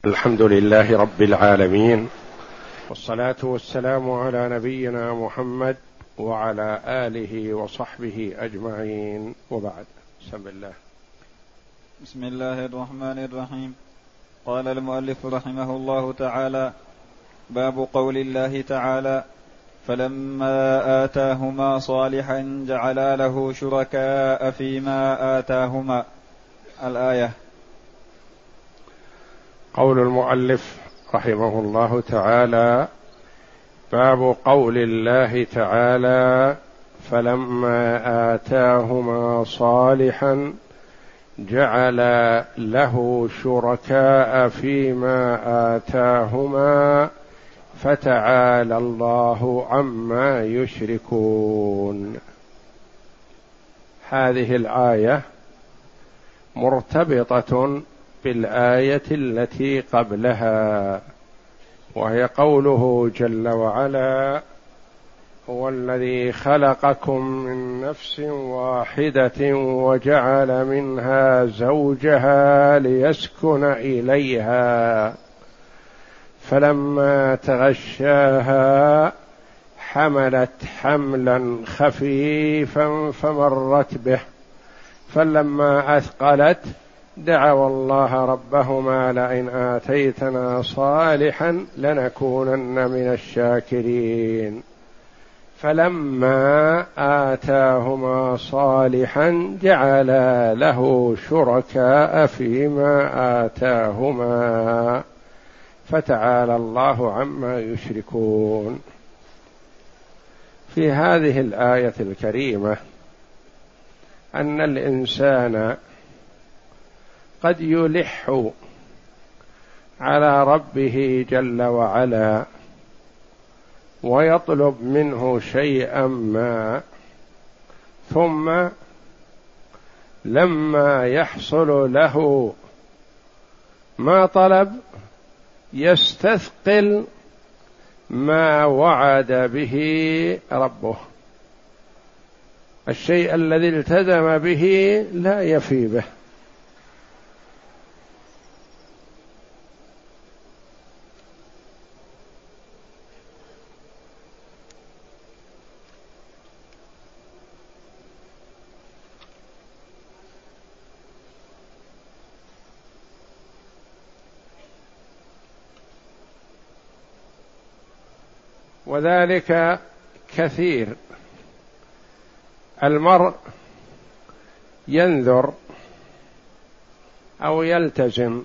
الحمد لله رب العالمين، والصلاة والسلام على نبينا محمد وعلى آله وصحبه أجمعين، وبعد. بسم الله الرحمن الرحيم. قال المؤلف رحمه الله تعالى: باب قول الله تعالى: فلما آتاهما صالحا جعلا له شركاء فيما آتاهما. الآية. قول المؤلف رحمه الله تعالى: باب قول الله تعالى: فلما آتاهما صالحا جعل له شركاء فيما آتاهما فتعالى الله عما يشركون. هذه الآية مرتبطة بالآية التي قبلها، وهي قوله جل وعلا: هو الذي خلقكم من نفس واحدة وجعل منها زوجها ليسكن إليها فلما تغشاها حملت حملا خفيفا فمرت به فلما أثقلت دعوا الله ربهما لئن آتيتنا صالحا لنكونن من الشاكرين. فلما آتاهما صالحا جعل له شركاء فيما آتاهما فتعالى الله عما يشركون. في هذه الآية الكريمة أن الإنسان قد يلح على ربه جل وعلا ويطلب منه شيئا ما، ثم لما يحصل له ما طلب يستثقل ما وعد به ربه. الشيء الذي التزم به لا يفي به. وذلك كثير. المرء ينذر أو يلتزم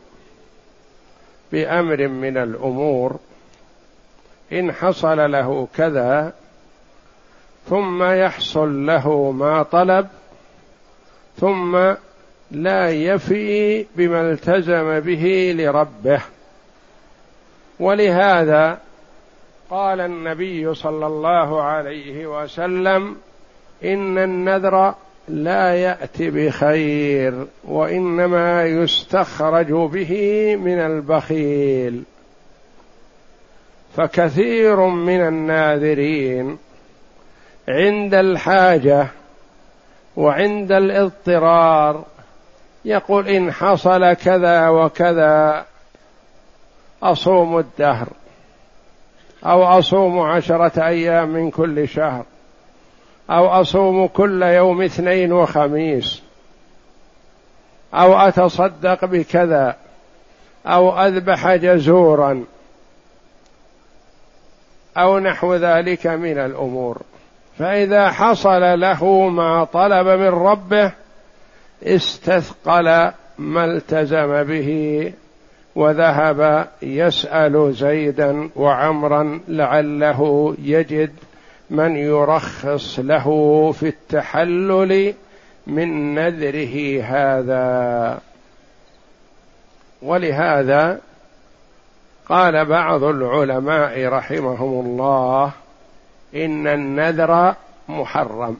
بأمر من الأمور، إن حصل له كذا ثم يحصل له ما طلب ثم لا يفي بما التزم به لربه. ولهذا قال النبي صلى الله عليه وسلم: إن النذر لا يأتي بخير وإنما يستخرج به من البخيل. فكثير من الناذرين عند الحاجة وعند الاضطرار يقول: إن حصل كذا وكذا أصوم الدهر، أو أصوم 10 أيام من كل شهر، أو أصوم كل يوم اثنين وخميس، أو أتصدق بكذا، أو أذبح جزورا، أو نحو ذلك من الأمور. فإذا حصل له ما طلب من ربه استثقل ما التزم به وذهب يسأل زيدا وعمرا لعله يجد من يرخص له في التحلل من نذره هذا. ولهذا قال بعض العلماء رحمهم الله: إن النذر محرم،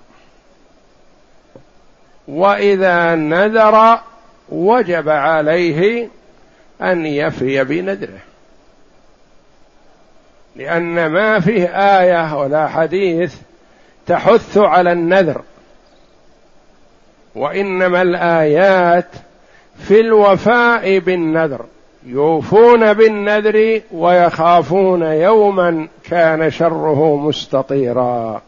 وإذا نذر وجب عليه أن يفي بنذره، لأن ما فيه آية ولا حديث تحث على النذر، وإنما الآيات في الوفاء بالنذر. يوفون بالنذر ويخافون يوما كان شره مستطيرا.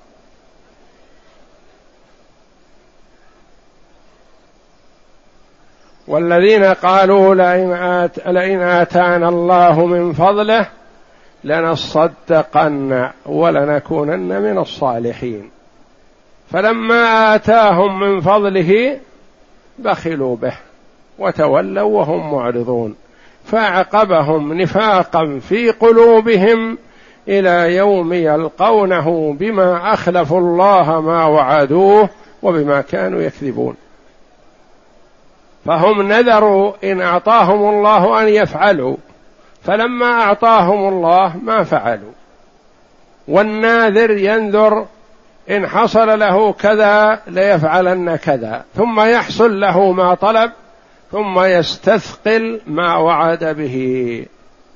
والذين قالوا لئن آتانا الله من فضله لنصدقن ولنكونن من الصالحين، فلما آتاهم من فضله بخلوا به وتولوا وهم معرضون، فأعقبهم نفاقا في قلوبهم إلى يوم يلقونه بما أخلفوا الله ما وعدوه وبما كانوا يكذبون. فهم نذروا إن أعطاهم الله أن يفعلوا، فلما أعطاهم الله ما فعلوا. والناذر ينذر إن حصل له كذا ليفعلن كذا، ثم يحصل له ما طلب ثم يستثقل ما وعد به.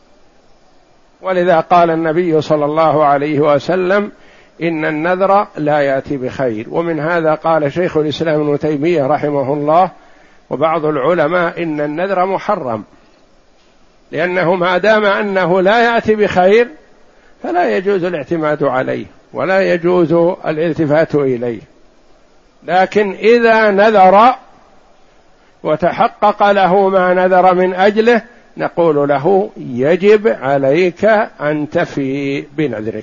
ولذا قال النبي صلى الله عليه وسلم إن النذر لا يأتي بخير. ومن هذا قال شيخ الإسلام ابن تيمية رحمه الله وبعض العلماء إن النذر محرم، لأنه ما دام أنه لا يأتي بخير فلا يجوز الاعتماد عليه ولا يجوز الالتفات إليه. لكن إذا نذر وتحقق له ما نذر من أجله نقول له يجب عليك أن تفي بنذرك.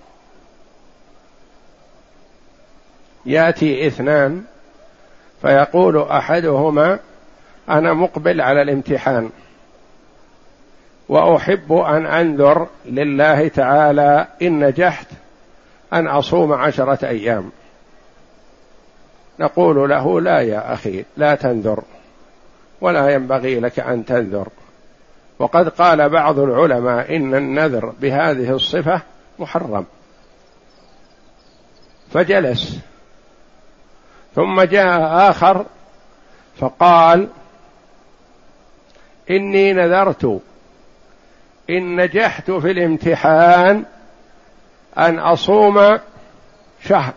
يأتي اثنان فيقول أحدهما أنا مقبل على الامتحان وأحب أن أنذر لله تعالى إن نجحت أن أصوم 10 أيام. نقول له لا يا أخي لا تنذر ولا ينبغي لك أن تنذر. وقد قال بعض العلماء إن النذر بهذه الصفة محرم. فجلس، ثم جاء آخر فقال إني نذرت إن نجحت في الامتحان أن أصوم شهر،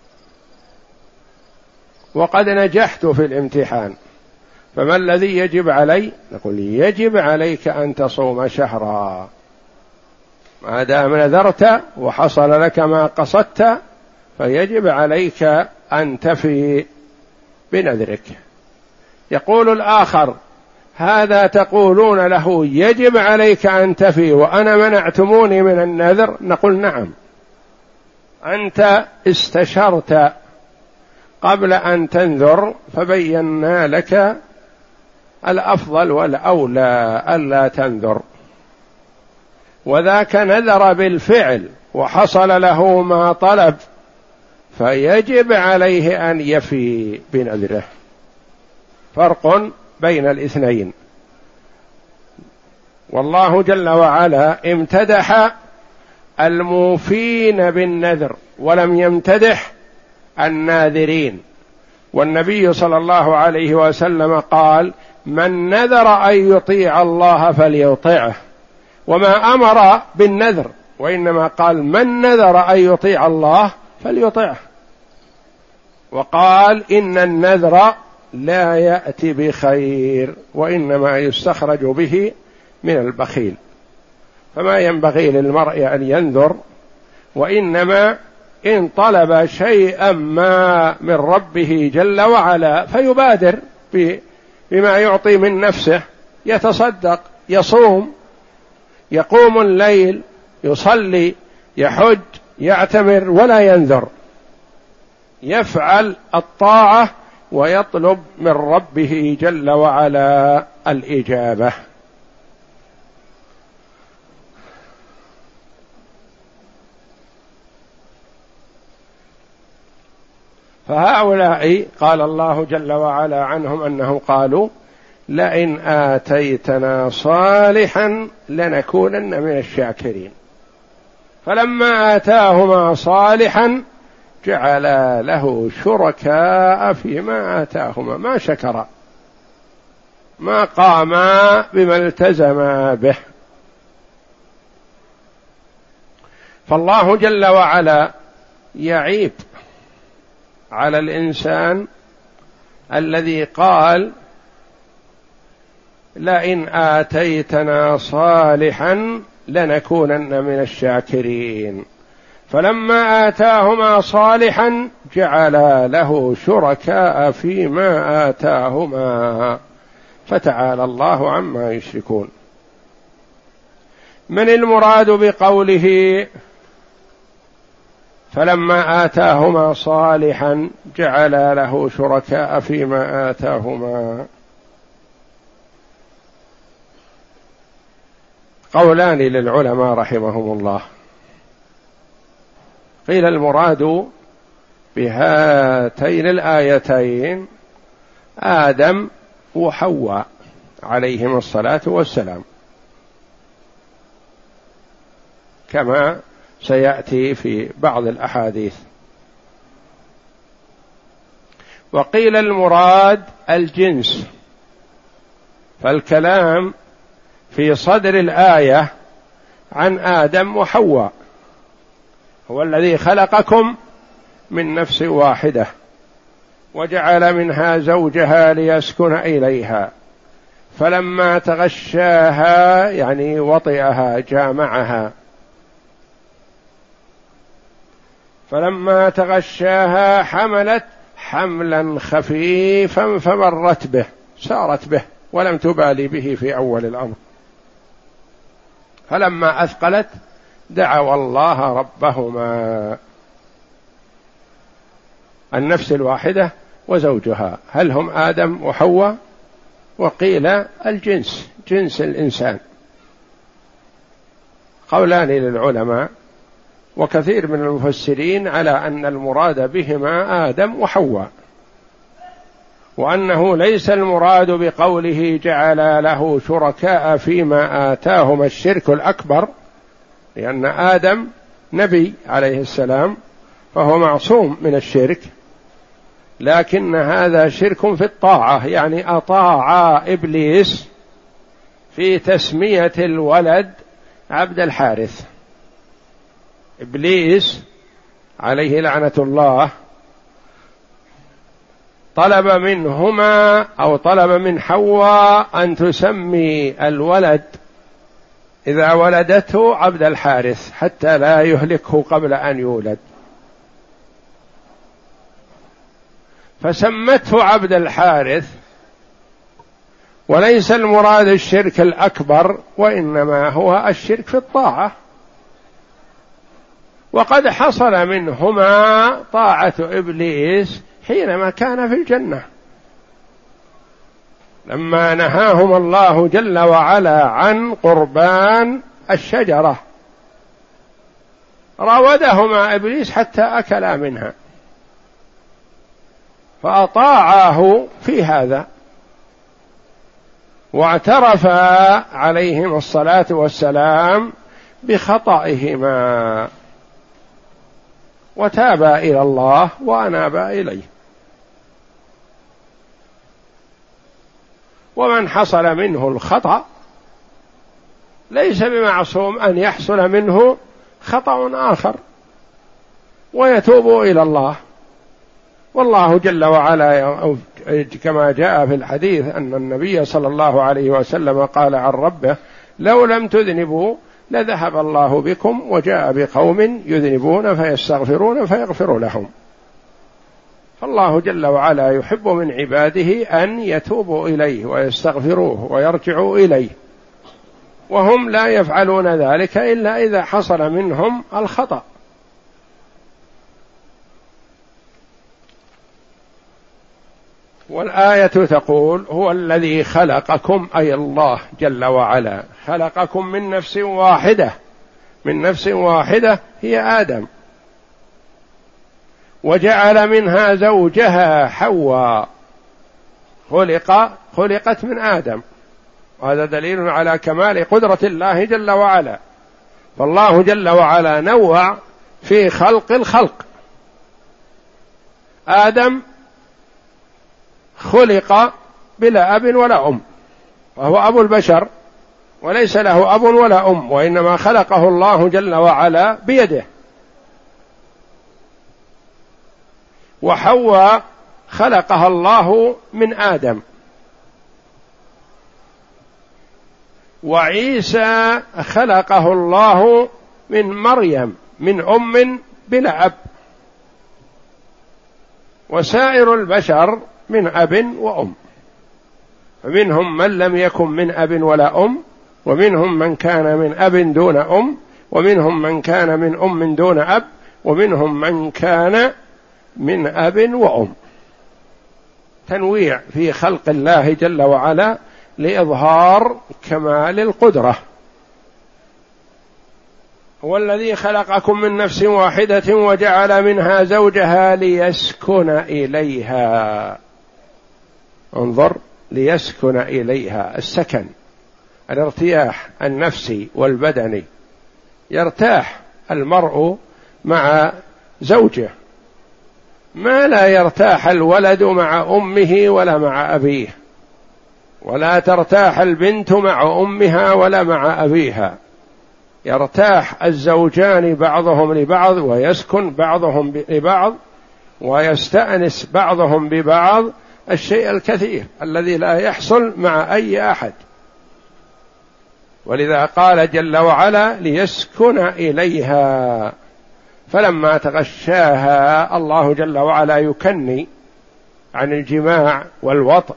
وقد نجحت في الامتحان، فما الذي يجب علي؟ نقول يجب عليك أن تصوم شهرا ما دام نذرت وحصل لك ما قصدت، فيجب عليك أن تفي بنذرك. يقول الآخر هذا تقولون له يجب عليك أن تفي وأنا منعتموني من النذر. نقول نعم، أنت استشرت قبل أن تنذر فبينا لك الأفضل والأولى ألا تنذر، وذاك نذر بالفعل وحصل له ما طلب فيجب عليه أن يفي بنذره. فرق بين الاثنين. والله جل وعلا امتدح الموفين بالنذر ولم يمتدح الناذرين. والنبي صلى الله عليه وسلم قال من نذر أن يطيع الله فليطيعه، وما أمر بالنذر وإنما قال من نذر أن يطيع الله فليطيعه، وقال إن النذر لا يأتي بخير وإنما يستخرج به من البخيل. فما ينبغي للمرء أن ينذر، وإنما إن طلب شيئا ما من ربه جل وعلا فيبادر بما يعطي من نفسه، يتصدق، يصوم، يقوم الليل، يصلي، يحج، يعتمر، ولا ينذر، يفعل الطاعة ويطلب من ربه جل وعلا الإجابة. فهؤلاء قال الله جل وعلا عنهم أنهم قالوا لئن آتيتنا صالحا لنكونن من الشاكرين، فلما آتاهما صالحا جعل له شركاء فيما آتاهما، ما شكر، ما قاما بما التزما به. فالله جل وعلا يعيب على الإنسان الذي قال لئن آتيتنا صالحا لنكونن من الشاكرين، فلما آتاهما صالحا جعلا له شركاء فيما آتاهما فتعالى الله عما يشركون. من المراد بقوله فلما آتاهما صالحا جعلا له شركاء فيما آتاهما؟ قولان للعلماء رحمهم الله. قيل المراد بهاتين الآيتين آدم وحواء عليهم الصلاة والسلام، كما سيأتي في بعض الأحاديث. وقيل المراد الجنس، فالكلام في صدر الآية عن آدم وحواء، هو الذي خلقكم من نفس واحدة وجعل منها زوجها ليسكن إليها، فلما تغشاها يعني وطئها جامعها، فلما تغشاها حملت حملا خفيفا فمرت به، سارت به ولم تبالي به في أول الأمر، فلما أثقلت دعوا الله ربهما، النفس الواحدة وزوجها، هل هم آدم وحواء؟ وقيل الجنس، جنس الإنسان. قولان للعلماء، وكثير من المفسرين على أن المراد بهما آدم وحواء، وأنه ليس المراد بقوله جعل له شركاء فيما آتاهما الشرك الأكبر، لأن آدم نبي عليه السلام فهو معصوم من الشرك، لكن هذا شرك في الطاعة، يعني أطاع إبليس في تسمية الولد عبد الحارث. إبليس عليه لعنة الله طلب منهما أو طلب من حواء أن تسمي الولد إذا ولدته عبد الحارث حتى لا يهلكه قبل أن يولد، فسمته عبد الحارث، وليس المراد الشرك الأكبر، وإنما هو الشرك في الطاعة. وقد حصل منهما طاعة إبليس حينما كان في الجنة، لما نهاهم الله جل وعلا عن قربان الشجرة راودهما إبليس حتى أكلا منها، فأطاعاه في هذا، واعترفا عليهم الصلاة والسلام بخطئهما وتابا إلى الله وأنابا إليه. ومن حصل منه الخطأ ليس بمعصوم أن يحصل منه خطأ آخر ويتوب إلى الله، والله جل وعلا كما جاء في الحديث أن النبي صلى الله عليه وسلم قال عن ربه: لو لم تذنبوا لذهب الله بكم وجاء بقوم يذنبون فيستغفرون فيغفر لهم. فالله جل وعلا يحب من عباده أن يتوبوا إليه ويستغفروه ويرجعوا إليه، وهم لا يفعلون ذلك إلا إذا حصل منهم الخطأ. والآية تقول: هو الذي خلقكم، أي الله جل وعلا خلقكم من نفس واحدة، من نفس واحدة هي آدم، وجعل منها زوجها حواء، خلقت من آدم، وهذا دليل على كمال قدرة الله جل وعلا. فالله جل وعلا نوع في خلق الخلق. آدم خلق بلا أب ولا أم، وهو أبو البشر وليس له أب ولا أم، وإنما خلقه الله جل وعلا بيده. وحواء خلقها الله من آدم، وعيسى خلقه الله من مريم من أم بلا أب، وسائر البشر من أب وأم، فمنهم من لم يكن من أب ولا أم، ومنهم من كان من أب دون أم، ومنهم من كان من أم دون أب، ومنهم من كان من أب وأم. تنويع في خلق الله جل وعلا لإظهار كمال القدرة. هو الذي خلقكم من نفس واحدة وجعل منها زوجها ليسكن إليها. انظر، ليسكن إليها، السكن الارتياح النفسي والبدني، يرتاح المرء مع زوجه، ما لا يرتاح الولد مع أمه ولا مع أبيه، ولا ترتاح البنت مع أمها ولا مع أبيها. يرتاح الزوجان بعضهم لبعض، ويسكن بعضهم لبعض، ويستأنس بعضهم ببعض الشيء الكثير الذي لا يحصل مع أي أحد. ولذا قال جل وعلا ليسكن إليها. فلما تغشاها الله جل وعلا يكني عن الجماع والوطء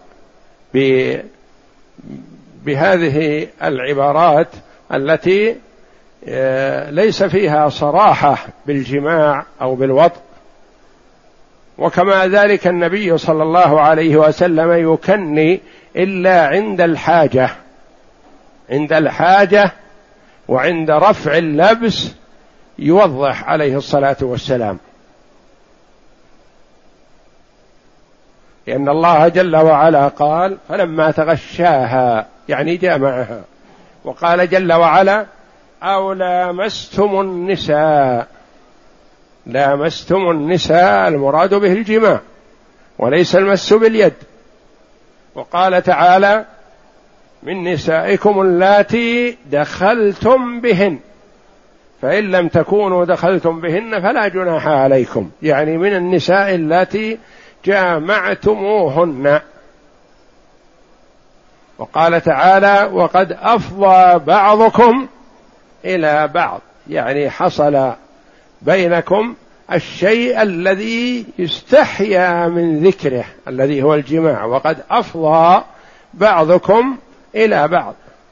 بهذه العبارات التي ليس فيها صراحة بالجماع أو بالوطء. وكما ذلك النبي صلى الله عليه وسلم يكني إلا عند الحاجة، عند الحاجة وعند رفع اللبس يوضح عليه الصلاة والسلام، لأن الله جل وعلا قال فلما تغشاها يعني جامعها، وقال جل وعلا أو لامستم النساء. لامستم النساء المراد به الجماع وليس المس باليد. وقال تعالى من نسائكم اللاتي دخلتم بهن، فإن لم تكونوا دخلتم بهن فلا جناح عليكم، يعني من النساء اللاتي جامعتموهن. وقال تعالى وقد أفضى بعضكم إلى بعض، يعني حصل بينكم الشيء الذي يستحيا من ذكره الذي هو الجماع، وقد أفضى بعضكم إلى بعض.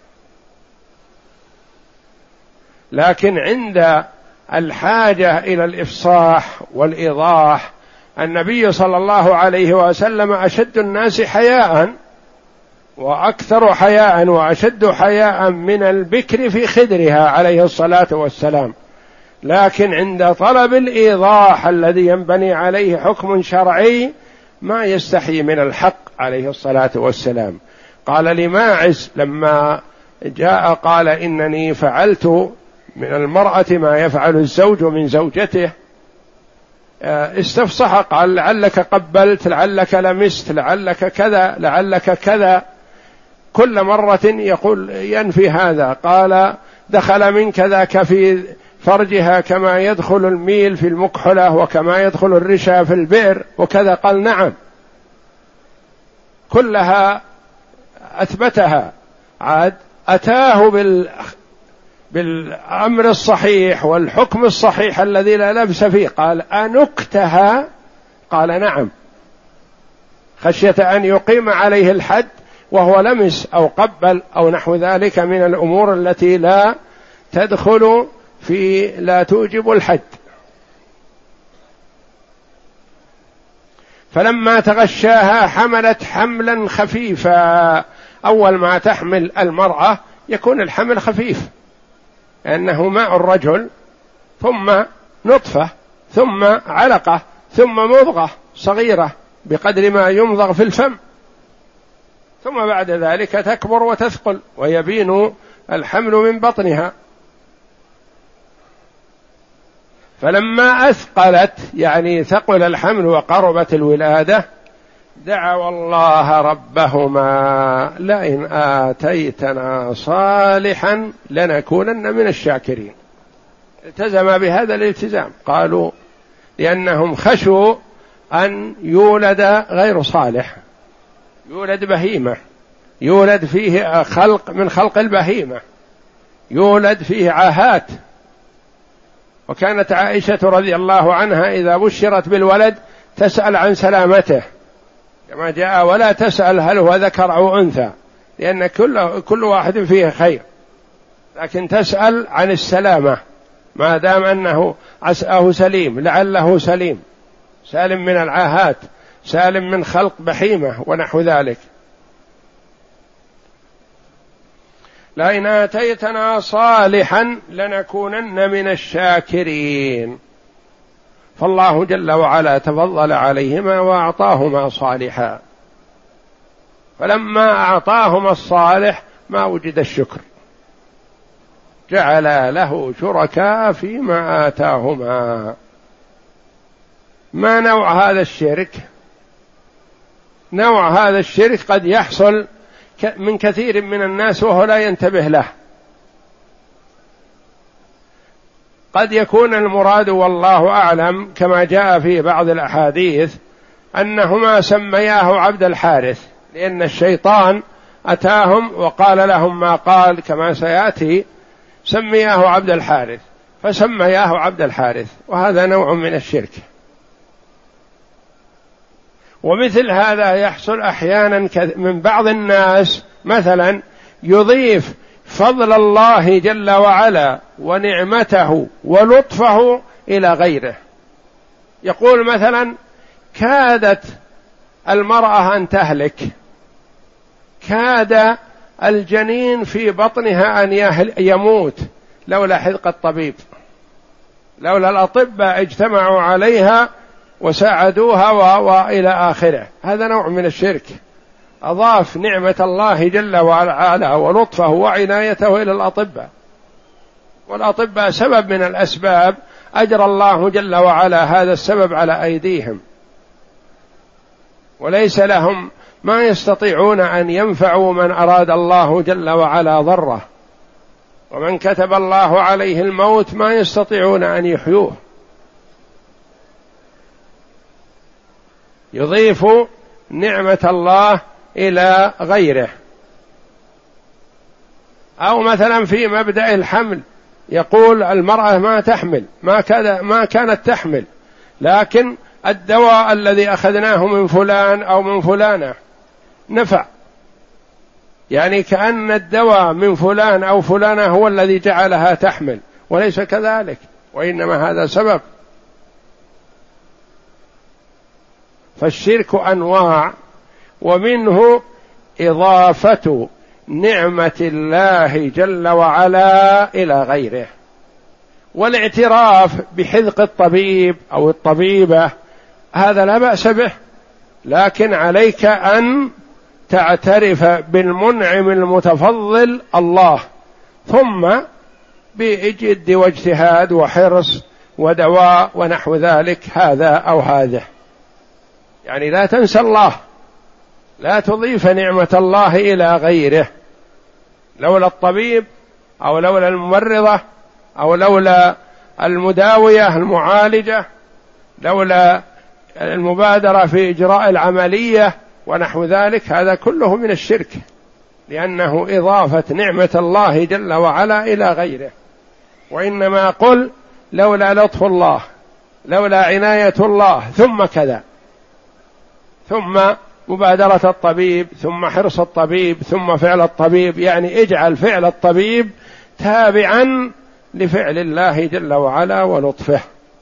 لكن عند الحاجة إلى الإفصاح والإيضاح النبي صلى الله عليه وسلم أشد الناس حياء وأكثر حياء وأشد حياء من البكر في خدرها عليه الصلاة والسلام. لكن عند طلب الإيضاح الذي ينبني عليه حكم شرعي ما يستحي من الحق عليه الصلاة والسلام. قال لماعز لما جاء قال إنني فعلت من المرأة ما يفعل الزوج من زوجته، استفصح قال لعلك قبلت، لعلك لمست، لعلك كذا، لعلك كذا، كل مرة يقول ينفي هذا. قال دخل منك ذاك في فرجها كما يدخل الميل في المكحلة وكما يدخل الرشا في البئر وكذا. قال نعم، كلها أثبتها. عاد أتاه بالأمر الصحيح والحكم الصحيح الذي لا لبس فيه. قال أنكتها؟ قال نعم، خشية أن يقيم عليه الحد وهو لمس أو قبل أو نحو ذلك من الأمور التي لا تدخل في لا توجب الحد. فلما تغشاها حملت حملا خفيفا. أول ما تحمل المرأة يكون الحمل خفيف، لأنه ماء الرجل ثم نطفة ثم علقة ثم مضغة صغيرة بقدر ما يمضغ في الفم، ثم بعد ذلك تكبر وتثقل ويبين الحمل من بطنها. فلما أثقلت يعني ثقل الحمل وقربت الولادة دعوا الله ربهما لئن آتيتنا صالحا لنكونن من الشاكرين. التزم بهذا الالتزام، قالوا لأنهم خشوا أن يولد غير صالح، يولد بهيمة، يولد فيه خلق من خلق البهيمة، يولد فيه عاهات. وكانت عائشة رضي الله عنها إذا بشرت بالولد تسأل عن سلامته كما جاء: ولا تسأل هل هو ذكر أو أنثى، لأن كل واحد فيه خير، لكن تسأل عن السلامة ما دام أنه عساه سليم، لعله سليم، سالم من العاهات، سالم من خلق بهيمة ونحو ذلك. لئن آتيتنا صالحا لنكونن من الشاكرين. فالله جل وعلا تفضل عليهما وأعطاهما صالحا، فلما أعطاهما الصالح ما وجد الشكر، جعل له شركاء فيما آتاهما. ما نوع هذا الشرك؟ نوع هذا الشرك قد يحصل من كثير من الناس وهو لا ينتبه له. قد يكون المراد والله أعلم كما جاء في بعض الأحاديث أنهما سمياه عبد الحارث، لأن الشيطان أتاهم وقال لهم ما قال كما سيأتي، سمياه عبد الحارث، فسمياه عبد الحارث، وهذا نوع من الشرك. ومثل هذا يحصل أحيانا من بعض الناس، مثلا يضيف فضل الله جل وعلا ونعمته ولطفه إلى غيره. يقول مثلا: كادت المرأة أن تهلك، كاد الجنين في بطنها أن يموت لولا حذق الطبيب، لولا الأطباء اجتمعوا عليها وساعدوها وإلى آخره. هذا نوع من الشرك، أضاف نعمة الله جل وعلا ولطفه وعنايته إلى الأطباء، والأطباء سبب من الأسباب أجرى الله جل وعلا هذا السبب على أيديهم، وليس لهم، ما يستطيعون أن ينفعوا من أراد الله جل وعلا ضره، ومن كتب الله عليه الموت ما يستطيعون أن يحيوه. يضيف نعمة الله إلى غيره. أو مثلا في مبدأ الحمل يقول المرأة ما تحمل، ما كانت تحمل، لكن الدواء الذي أخذناه من فلان أو من فلانة نفع، يعني كأن الدواء من فلان أو فلانة هو الذي جعلها تحمل، وليس كذلك، وإنما هذا سبب. فالشرك أنواع، ومنه إضافة نعمة الله جل وعلا إلى غيره، والاعتراف بحذق الطبيب أو الطبيبة هذا لا بأس به، لكن عليك أن تعترف بالمنعم المتفضل الله، ثم بجد واجتهاد وحرص ودواء ونحو ذلك، هذا أو هذا. يعني لا تنسى الله، لا تضيف نعمة الله إلى غيره، لولا الطبيب أو لولا الممرضة أو لولا المداوية المعالجة، لولا المبادرة في إجراء العملية ونحو ذلك، هذا كله من الشرك، لأنه إضافة نعمة الله جل وعلا إلى غيره. وإنما قل لولا لطف الله، لولا عناية الله، ثم كذا، ثم مبادرة الطبيب، ثم حرص الطبيب، ثم فعل الطبيب، يعني اجعل فعل الطبيب تابعا لفعل الله جل وعلا ولطفه.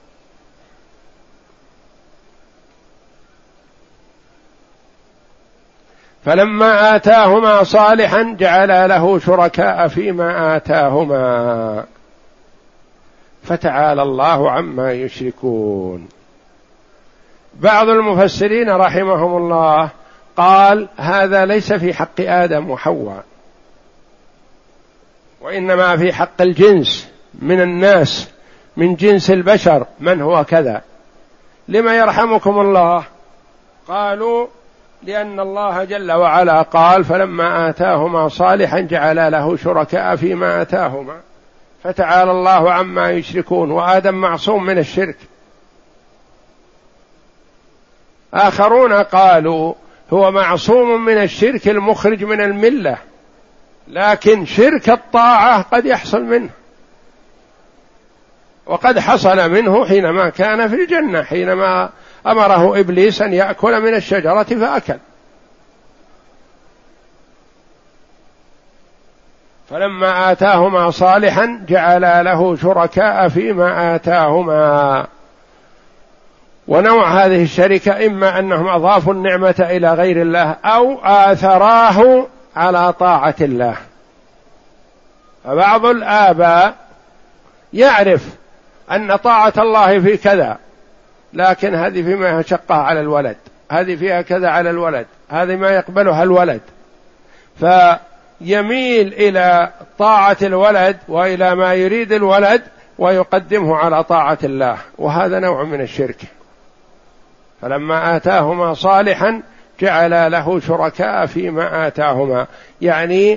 فلما آتاهما صالحا جعل له شركاء فيما آتاهما فتعالى الله عما يشركون. بعض المفسرين رحمهم الله قال هذا ليس في حق آدم وحواء، وإنما في حق الجنس من الناس، من جنس البشر من هو كذا. لما يرحمكم الله؟ قالوا لأن الله جل وعلا قال فلما آتاهما صالحا جعل له شركاء فيما آتاهما فتعالى الله عما يشركون، وآدم معصوم من الشرك. آخرون قالوا هو معصوم من الشرك المخرج من الملة، لكن شرك الطاعة قد يحصل منه، وقد حصل منه حينما كان في الجنة، حينما أمره إبليس أن يأكل من الشجرة فأكل. فلما آتاهما صالحا جعل له شركاء فيما آتاهما. ونوع هذه الشركة إما أنهم أضافوا النعمة إلى غير الله أو آثراه على طاعة الله. فبعض الآباء يعرف أن طاعة الله في كذا، لكن هذه فيما يشقها على الولد، هذه فيها كذا على الولد، هذه ما يقبلها الولد، فيميل إلى طاعة الولد وإلى ما يريد الولد ويقدمه على طاعة الله، وهذا نوع من الشرك. فلما آتاهما صالحا جعل له شركاء فيما آتاهما، يعني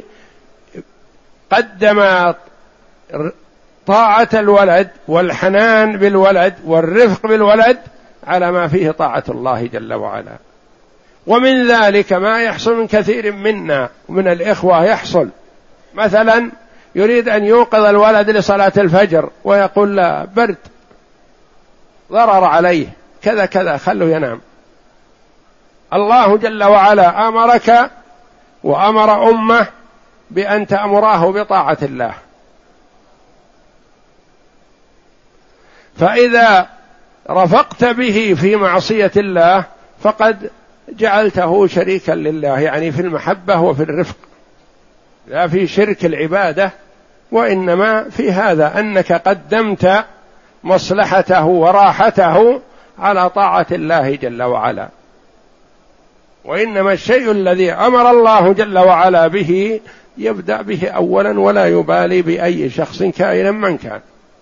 قدم طاعة الولد والحنان بالولد والرفق بالولد على ما فيه طاعة الله جل وعلا. ومن ذلك ما يحصل من كثير منا ومن الإخوة، يحصل مثلا يريد أن يوقظ الولد لصلاة الفجر ويقول لا برد، ضرر عليه، كذا كذا، خله ينام. الله جل وعلا أمرك وأمر أمه بأن تأمراه بطاعة الله، فإذا رفقت به في معصية الله فقد جعلته شريكا لله، يعني في المحبة وفي الرفق، لا في شرك العبادة، وإنما في هذا أنك قدمت مصلحته وراحته على طاعة الله جل وعلا. وإنما الشيء الذي أمر الله جل وعلا به يبدأ به أولا، ولا يبالي بأي شخص كائنا من كان.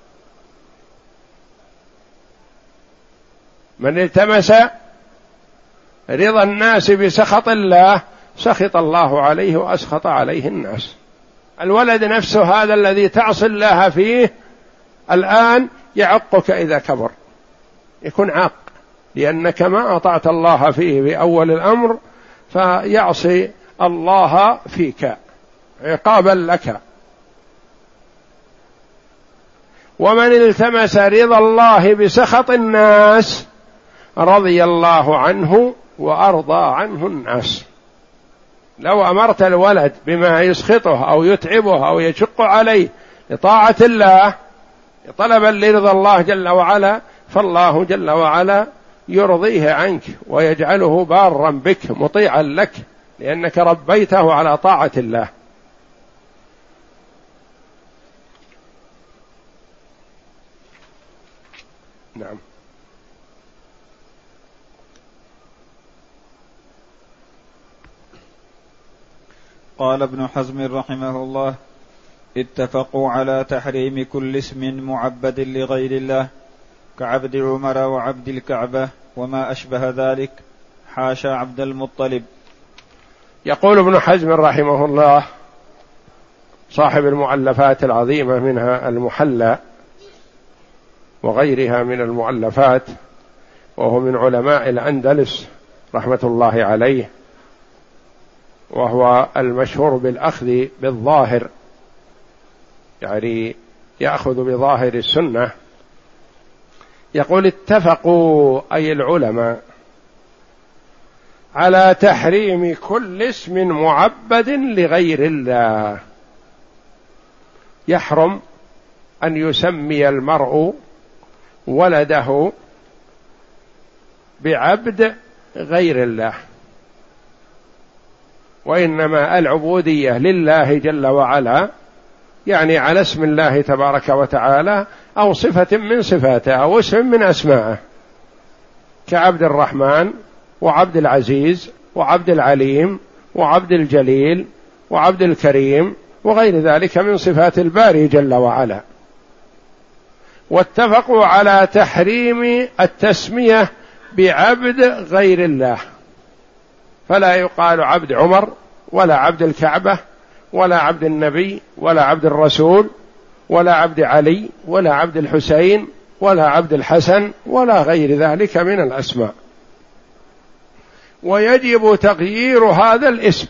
من التمس رضا الناس بسخط الله سخط الله عليه وأسخط عليه الناس. الولد نفسه هذا الذي تعصي الله فيه الآن يعقك إذا كبر، يكون عاق، لأنك ما أطعت الله فيه بأول الأمر، فيعصي الله فيك عقابا لك. ومن التمس رضا الله بسخط الناس رضي الله عنه وأرضى عنه الناس. لو أمرت الولد بما يسخطه أو يتعبه أو يشق عليه لطاعة الله طلبا لرضا الله جل وعلا، فالله جل وعلا يرضيه عنك ويجعله بارا بك مطيعا لك، لأنك ربيته على طاعة الله. نعم. قال ابن حزم رحمه الله: اتفقوا على تحريم كل اسم معبد لغير الله كعبد عمر وعبد الكعبة وما أشبه ذلك، حاشا عبد المطلب. يقول ابن حزم رحمه الله صاحب المؤلفات العظيمة منها المحلى وغيرها من المؤلفات، وهو من علماء الأندلس رحمة الله عليه، وهو المشهور بالأخذ بالظاهر، يعني يأخذ بظاهر السنة. يقول: اتفقوا أي العلماء على تحريم كل اسم معبد لغير الله. يحرم أن يسمي المرء ولده بعبد غير الله، وإنما العبودية لله جل وعلا، يعني على اسم الله تبارك وتعالى أو صفة من صفاته أو اسم من أسمائه، كعبد الرحمن وعبد العزيز وعبد العليم وعبد الجليل وعبد الكريم وغير ذلك من صفات الباري جل وعلا. واتفقوا على تحريم التسمية بعبد غير الله، فلا يقال عبد عمر ولا عبد الكعبة ولا عبد النبي ولا عبد الرسول ولا عبد علي ولا عبد الحسين ولا عبد الحسن ولا غير ذلك من الأسماء. ويجب تغيير هذا الاسم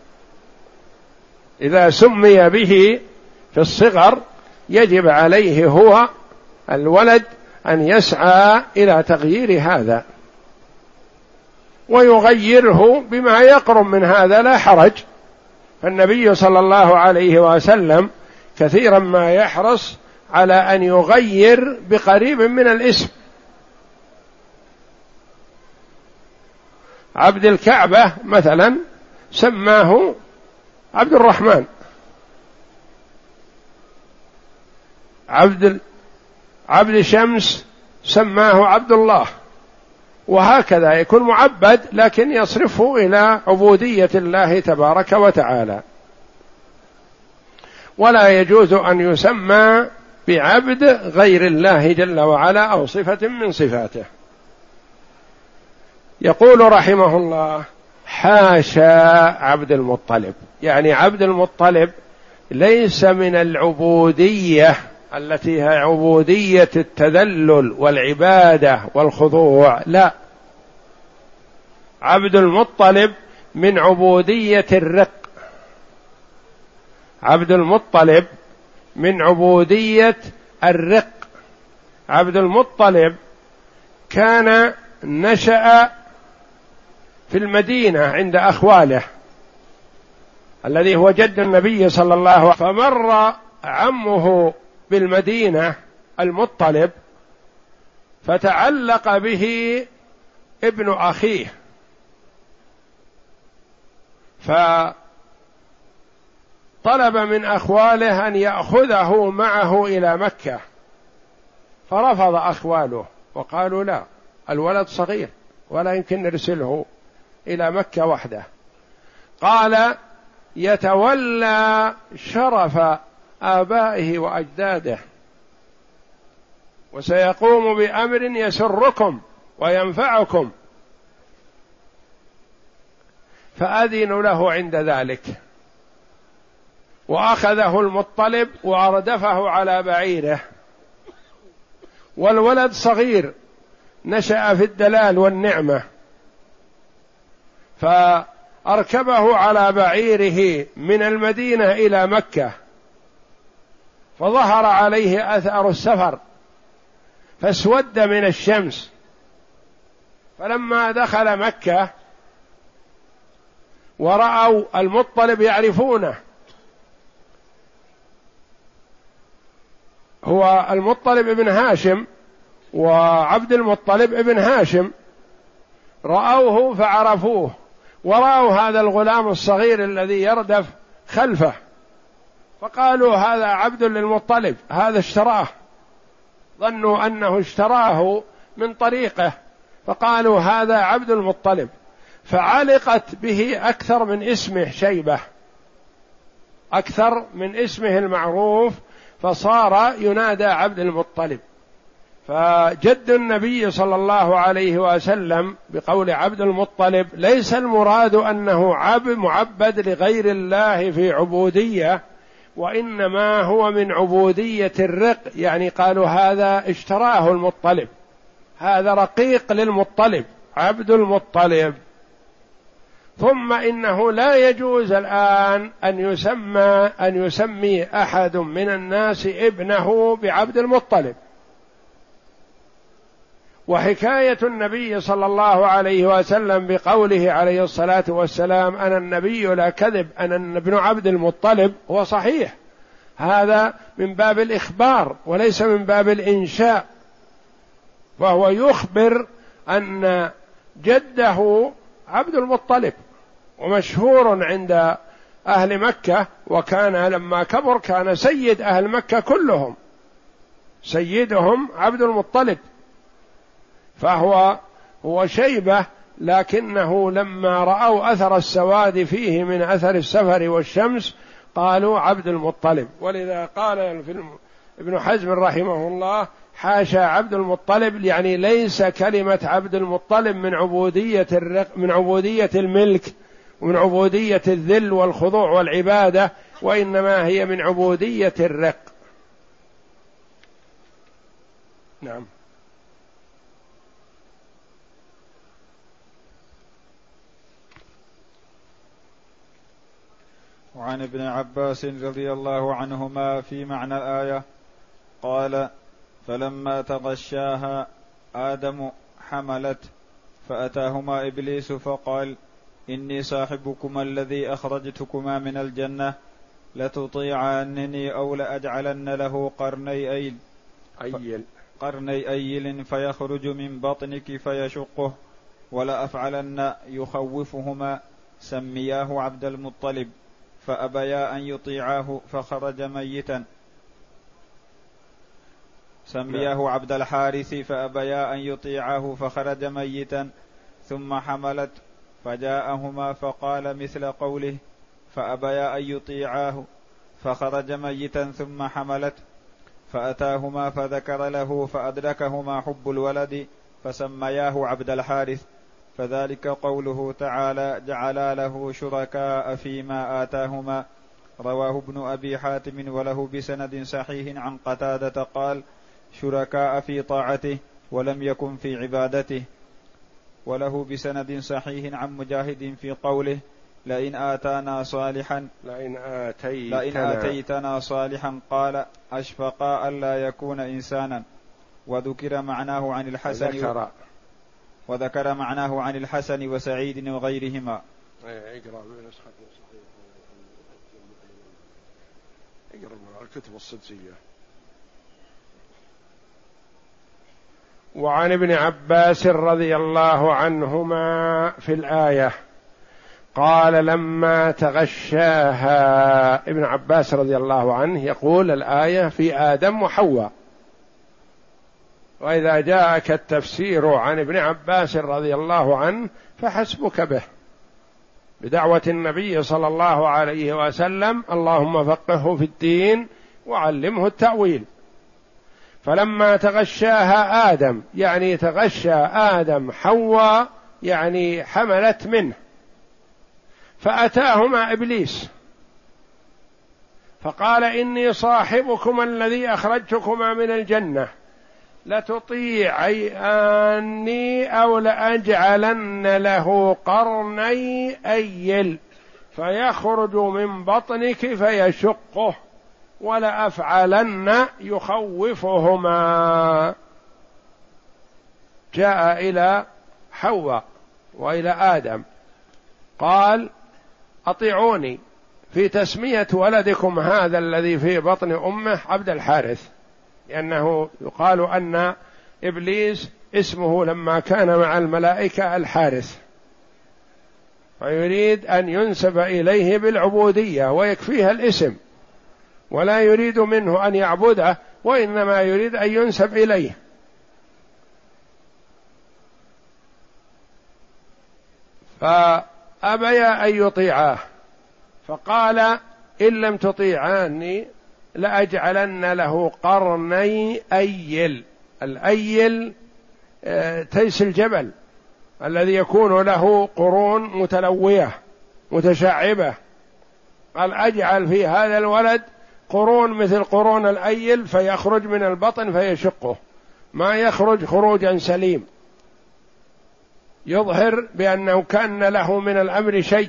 إذا سمي به في الصغر، يجب عليه هو الولد أن يسعى إلى تغيير هذا ويغيره بما يقرب من هذا، لا حرج. فالنبي صلى الله عليه وسلم كثيرا ما يحرص على أن يغير بقريب من الاسم. عبد الكعبة مثلا سماه عبد الرحمن، عبد شمس سماه عبد الله، وهكذا يكون معبد لكن يصرفه إلى عبودية الله تبارك وتعالى. ولا يجوز أن يسمى بعبد غير الله جل وعلا أو صفة من صفاته. يقول رحمه الله: حاشا عبد المطلب، يعني عبد المطلب ليس من العبودية التي هي عبودية التذلل والعبادة والخضوع، لا، عبد المطلب من عبودية الرق، عبد المطلب من عبودية الرق. عبد المطلب كان نشأ في المدينة عند أخواله الذي هو جد النبي صلى الله عليه وسلم، فمر عمه بالمدينة المطلب فتعلق به ابن أخيه، فطلب من أخواله أن يأخذه معه إلى مكة، فرفض أخواله وقالوا: لا، الولد صغير ولا يمكن نرسله إلى مكة وحده. قال: يتولى شرف آبائه وأجداده وسيقوم بأمر يسركم وينفعكم، فأذنوا له عند ذلك. وأخذه المطلب وأردفه على بعيره، والولد صغير نشأ في الدلال والنعمة، فأركبه على بعيره من المدينة إلى مكة، فظهر عليه أثر السفر فاسود من الشمس. فلما دخل مكة ورأوا المطلب يعرفونه، هو المطلب ابن هاشم وعبد المطلب ابن هاشم، رأوه فعرفوه، ورأوا هذا الغلام الصغير الذي يردف خلفه، فقالوا: هذا عبد للمطلب، هذا اشتراه، ظنوا أنه اشتراه من طريقه، فقالوا: هذا عبد المطلب. فعلقت به أكثر من اسمه شيبة، أكثر من اسمه المعروف، فصار ينادى عبد المطلب. فجد النبي صلى الله عليه وسلم بقول عبد المطلب ليس المراد أنه معبد لغير الله في عبودية، وإنما هو من عبودية الرق، يعني قالوا هذا اشتراه المطلب، هذا رقيق للمطلب، عبد المطلب. ثم إنه لا يجوز الآن أن يسمي أحد من الناس ابنه بعبد المطلب. وحكاية النبي صلى الله عليه وسلم بقوله عليه الصلاة والسلام: أنا النبي لا كذب، أنا ابن عبد المطلب، هو صحيح، هذا من باب الإخبار وليس من باب الإنشاء، فهو يخبر أن جده عبد المطلب، ومشهور عند أهل مكة، وكان لما كبر كان سيد أهل مكة كلهم، سيدهم عبد المطلب، فهو شيبة، لكنه لما رأوا أثر السواد فيه من أثر السفر والشمس قالوا عبد المطلب. ولذا قال ابن حزم رحمه الله: حاشا عبد المطلب، يعني ليس كلمة عبد المطلب من عبودية الملك ومن عبودية الذل والخضوع والعبادة، وإنما هي من عبودية الرق. نعم. وعن ابن عباس رضي الله عنهما في معنى الآية قال: فلما تغشاها آدم حملت، فأتاهما إبليس فقال: إني صاحبكما الذي أخرجتكما من الجنة، لتطيعانني أو لأجعلن له قرني أيل فيخرج من بطنك فيشقه، ولأفعلن يخوفهما. سمياه عبد المطلب فأبيا أن يطيعاه فخرج ميتا. سمياه عبد الحارث فأبيا أن يطيعاه فخرج ميتا. ثم حملت فجاءهما فقال مثل قوله فأبيا أن يطيعاه فخرج ميتا. ثم حملت فأتاهما فذكر له فأدركهما حب الولد فسمياه عبد الحارث. فذلك قوله تعالى: جعلا له شركاء فيما آتاهما. رواه ابن أبي حاتم وله بسند صحيح عن قتادة قال: شركاء في طاعته ولم يكن في عبادته. وله بسند صحيح عن مجاهد في قوله: لئن آتيتنا صالحا قال: أشفقا ألا يكون إنسانا. وذكر معناه عن الحسن وسعيد وغيرهما. الكتب الصدسية. وعن ابن عباس رضي الله عنهما في الآية قال: لما تغشاها. ابن عباس رضي الله عنه يقول الآية في آدم وحواء، وإذا جاءك التفسير عن ابن عباس رضي الله عنه فحسبك به، بدعوة النبي صلى الله عليه وسلم: اللهم فقهه في الدين وعلمه التأويل. فلما تغشاها آدم يعني تغشى آدم حواء، يعني حملت منه، فأتاهما إبليس فقال: إني صاحبكما الذي أخرجتكما من الجنة، لتطيعاني أو لأجعلن له قرني أيل فيخرج من بطنك فيشقه، ولأفعلن يخوفهما. جاء إلى حواء وإلى آدم قال: أطيعوني في تسمية ولدكم هذا الذي في بطن أمه عبد الحارث، لأنه يقال أن إبليس اسمه لما كان مع الملائكة الحارث، فيريد أن ينسب إليه بالعبودية ويكفيها الاسم، ولا يريد منه أن يعبده، وإنما يريد أن ينسب إليه. فأبيا أن يطيعاه، فقال: إن لم تطيعاني لأجعلن له قرني أيل. الأيل تيس الجبل الذي يكون له قرون متلوية متشعبة، قال: أجعل في هذا الولد قرون مثل قرون الأيل فيخرج من البطن فيشقه، ما يخرج خروجا سليم، يظهر بأنه كان له من الأمر شيء.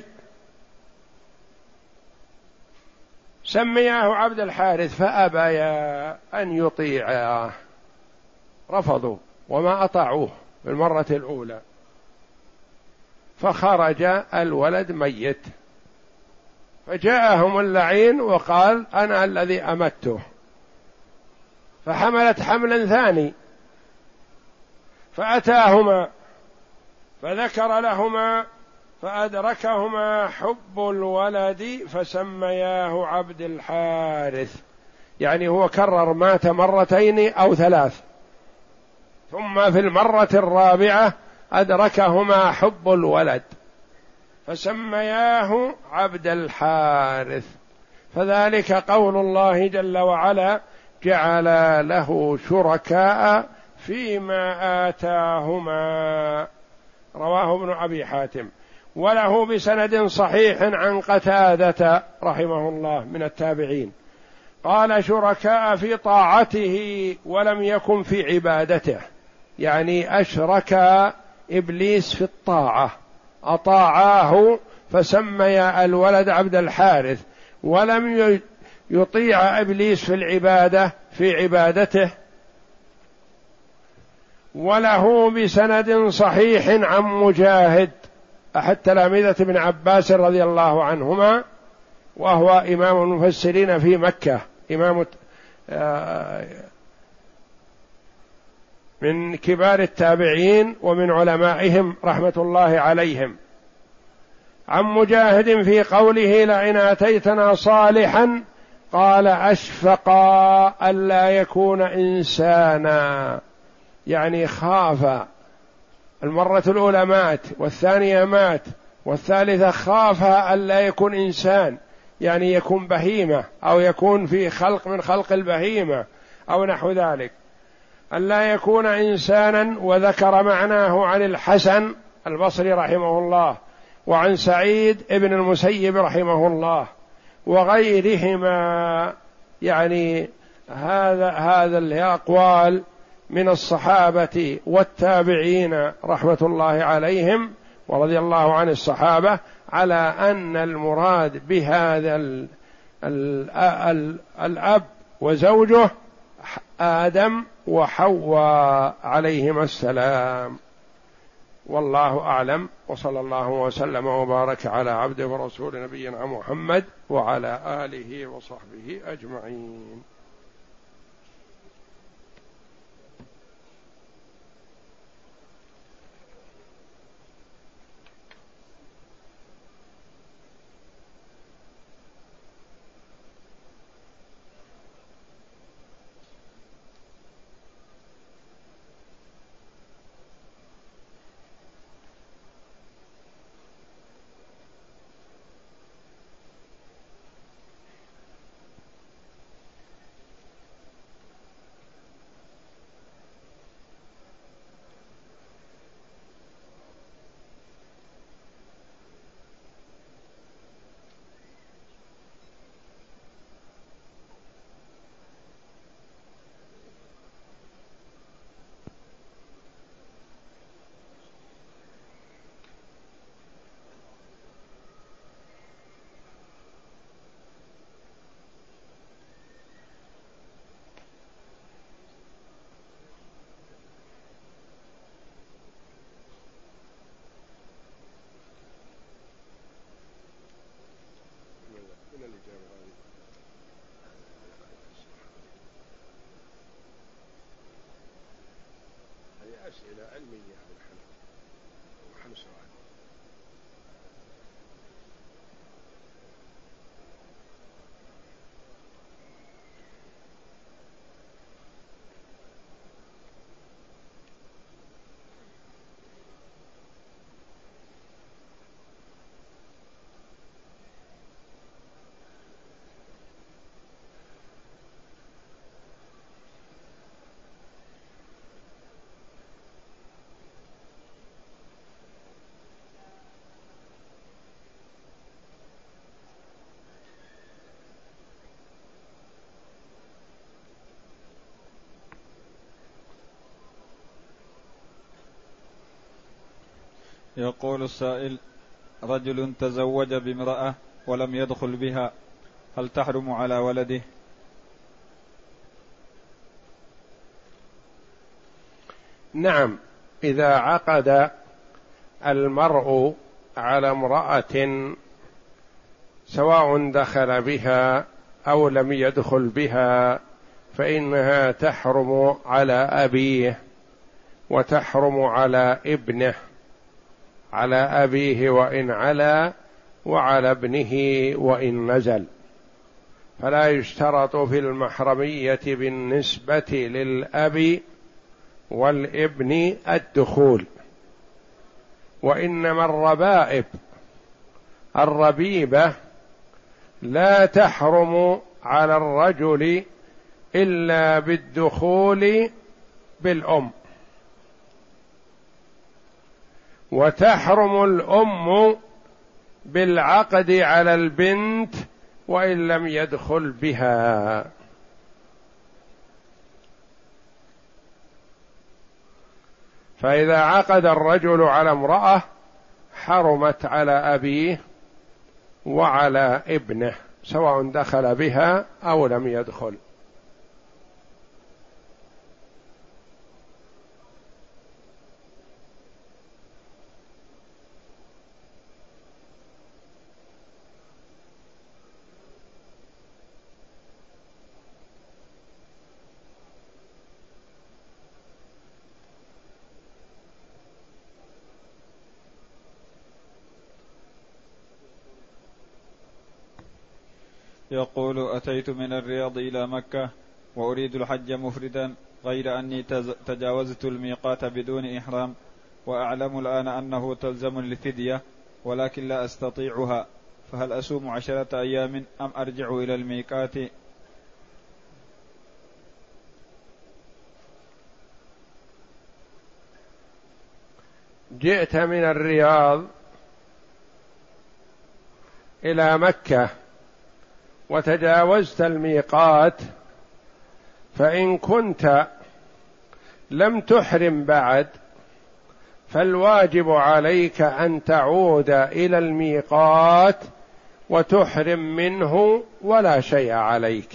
سمياه عبد الحارث فأبيا أن يطيعاه، رفضوا وما أطاعوه بالمرة الأولى، فخرج الولد ميت. فجاءهم اللعين وقال: أنا الذي أمته. فحملت حملا ثاني فأتاهما فذكر لهما فأدركهما حب الولد فسمياه عبد الحارث، يعني هو كرر مات مرتين أو ثلاث، ثم في المرة الرابعة أدركهما حب الولد فسمياه عبد الحارث. فذلك قول الله جل وعلا: جعل له شركاء فيما آتاهما. رواه ابن أبي حاتم وله بسند صحيح عن قتادة رحمه الله من التابعين قال: شركاء في طاعته ولم يكن في عبادته، يعني أشرك إبليس في الطاعة، أطاعاه فسمي الولد عبد الحارث، ولم يطيع إبليس في العبادة في عبادته. وله بسند صحيح عن مجاهد أحد تلامذة ابن عباس رضي الله عنهما، وهو إمام المفسرين في مكة، إمام من كبار التابعين ومن علمائهم رحمة الله عليهم، عن مجاهد في قوله لئن آتيتنا صالحا قال أشفق ألا يكون إنسانا، يعني خاف. المرة الأولى مات، والثانية مات، والثالثة خاف ألا يكون إنسان، يعني يكون بهيمة أو يكون في خلق من خلق البهيمة أو نحو ذلك، ألا يكون إنسانا. وذكر معناه عن الحسن البصري رحمه الله، وعن سعيد ابن المسيب رحمه الله وغيرهما، يعني هذا الأقوال من الصحابة والتابعين رحمة الله عليهم ورضي الله عن الصحابة، على أن المراد بهذا الأب وزوجه آدم وحواء عليهما السلام. والله أعلم، وصلى الله وسلم وبارك على عبده ورسول نبينا محمد وعلى آله وصحبه أجمعين. أسئلة علمية عن سؤال. يقول السائل: رجل تزوج بامرأة ولم يدخل بها، هل تحرم على ولده؟ نعم، إذا عقد المرء على امرأة سواء دخل بها أو لم يدخل بها فإنها تحرم على أبيه وتحرم على ابنه، على أبيه وإن علا وعلى ابنه وإن نزل. فلا يشترط في المحرمية بالنسبة للأب والابن الدخول، وإنما الربائب الربيبة لا تحرم على الرجل إلا بالدخول بالأم، وتحرم الأم بالعقد على البنت وإن لم يدخل بها. فإذا عقد الرجل على امرأة حرمت على أبيه وعلى ابنه سواء دخل بها أو لم يدخل. يقول: أتيت من الرياض إلى مكة وأريد الحج مفردا، غير أني تجاوزت الميقات بدون إحرام، وأعلم الآن أنه تلزم الفدية ولكن لا أستطيعها، فهل أصوم 10 أيام أم أرجع إلى الميقات؟ جئت من الرياض إلى مكة وتجاوزت الميقات، فإن كنت لم تحرم بعد فالواجب عليك أن تعود إلى الميقات وتحرم منه ولا شيء عليك،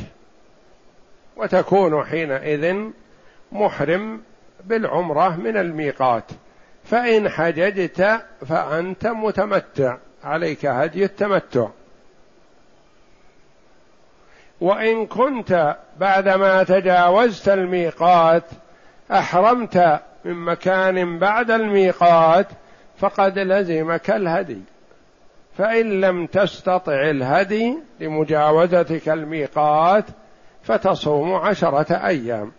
وتكون حينئذ محرم بالعمرة من الميقات. فإن حججت فأنت متمتع، عليك هدي التمتع. وإن كنت بعدما تجاوزت الميقات أحرمت من مكان بعد الميقات فقد لزمك الهدي، فإن لم تستطع الهدي لمجاوزتك الميقات فتصوم 10 أيام.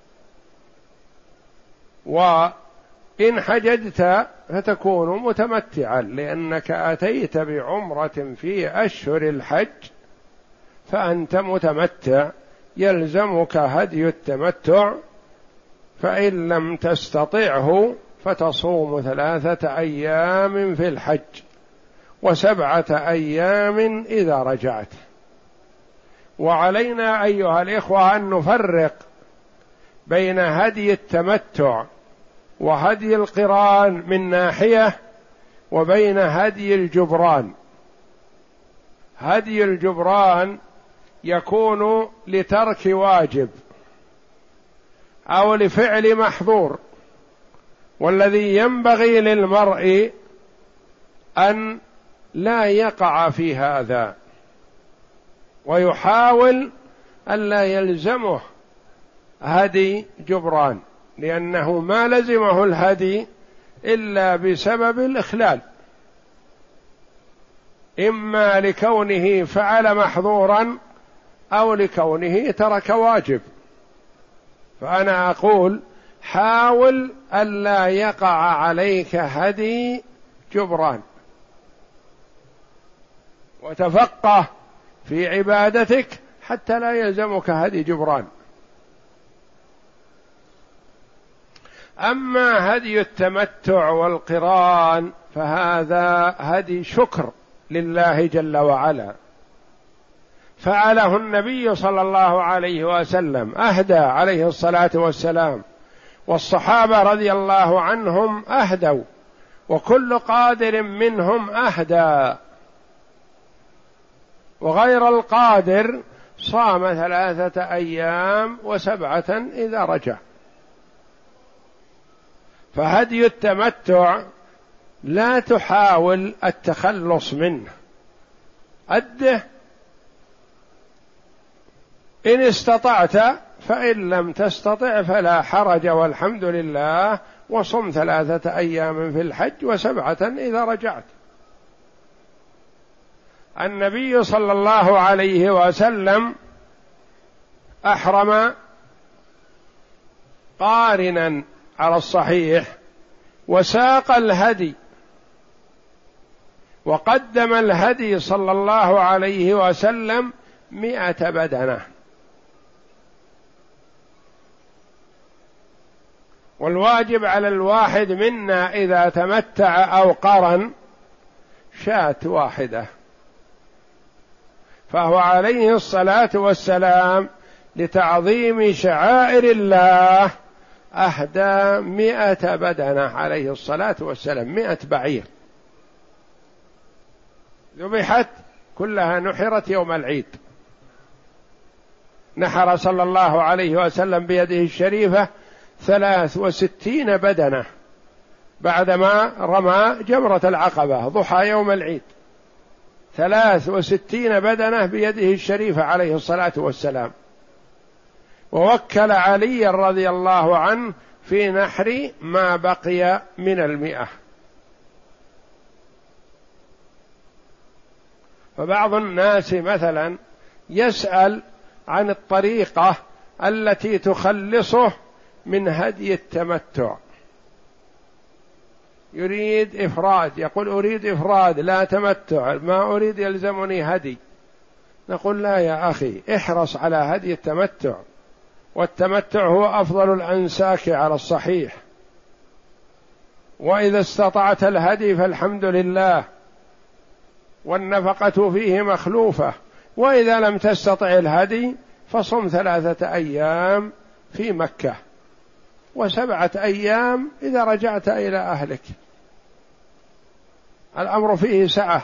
وإن حججت فتكون متمتعا، لأنك أتيت بعمرة في أشهر الحج فأنت متمتع، يلزمك هدي التمتع. فإن لم تستطعه فتصوم 3 أيام في الحج و7 أيام إذا رجعت. وعلينا أيها الإخوة أن نفرق بين هدي التمتع وهدي القران من ناحية، وبين هدي الجبران. هدي الجبران يكون لترك واجب أو لفعل محظور، والذي ينبغي للمرء أن لا يقع في هذا، ويحاول ألا يلزمه هدي جبران، لأنه ما لزمه الهدي إلا بسبب الإخلال، إما لكونه فعل محظورا أو لكونه ترك واجب. فأنا أقول حاول ألا يقع عليك هدي جبران، وتفقه في عبادتك حتى لا يلزمك هدي جبران. أما هدي التمتع والقران فهذا هدي شكر لله جل وعلا، فعله النبي صلى الله عليه وسلم، أهدى عليه الصلاة والسلام، والصحابة رضي الله عنهم أهدوا، وكل قادر منهم أهدى، وغير القادر صام 3 أيام و7 إذا رجع. فهدي التمتع لا تحاول التخلص منه، أده إن استطعت، فإن لم تستطع فلا حرج والحمد لله، وصم 3 أيام في الحج و7 إذا رجعت. النبي صلى الله عليه وسلم أحرم قارنا على الصحيح، وساق الهدي، وقدم الهدي صلى الله عليه وسلم 100 بدنة، والواجب على الواحد منا إذا تمتع أو قرن 100 واحدة. فهو عليه الصلاة والسلام لتعظيم شعائر الله أهدى 100 بدنة عليه الصلاة والسلام، 100 بعير ذبحت كلها نحرت يوم العيد. نحر صلى الله عليه وسلم بيده الشريفة 63 بدنة بعدما رمى جمرة العقبة ضحى يوم العيد، 63 بدنة بيده الشريفة عليه الصلاة والسلام. ووكل علي رضي الله عنه في نحر ما بقي من 100. فبعض الناس مثلا يسأل عن الطريقة التي تخلصه من هدي التمتع، يريد إفراد، يقول أريد إفراد لا تمتع، ما أريد يلزمني هدي. نقول لا يا أخي، احرص على هدي التمتع، والتمتع هو أفضل الأنساك على الصحيح، وإذا استطعت الهدي فالحمد لله، والنفقة فيه مخلوفة. وإذا لم تستطع الهدي فصم 3 أيام في مكة، و7 أيام إذا رجعت إلى أهلك، الأمر فيه سعة.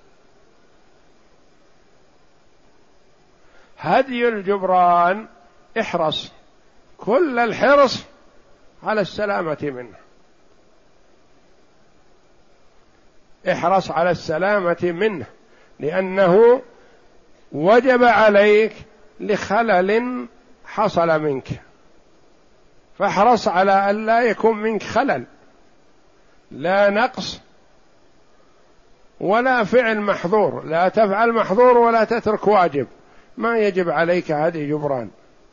هدي الجبران احرص كل الحرص على السلامة منه، احرص على السلامة منه، لأنه وجب عليك لخلل حصل منك، فاحرص على أن لا يكون منك خلل، لا نقص ولا فعل محظور، لا تفعل محظور ولا تترك واجب، ما يجب عليك هذه جبران.